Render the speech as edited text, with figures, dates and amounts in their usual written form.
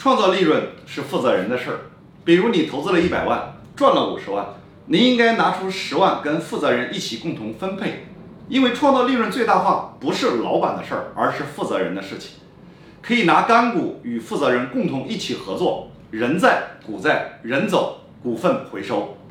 创造利润是负责人的事儿。比如你投资了100万，赚了50万，你应该拿出10万跟负责人一起共同分配，因为创造利润最大化不是老板的事儿，而是负责人的事情。可以拿干股与负责人共同一起合作，人在股在，人走股份回收。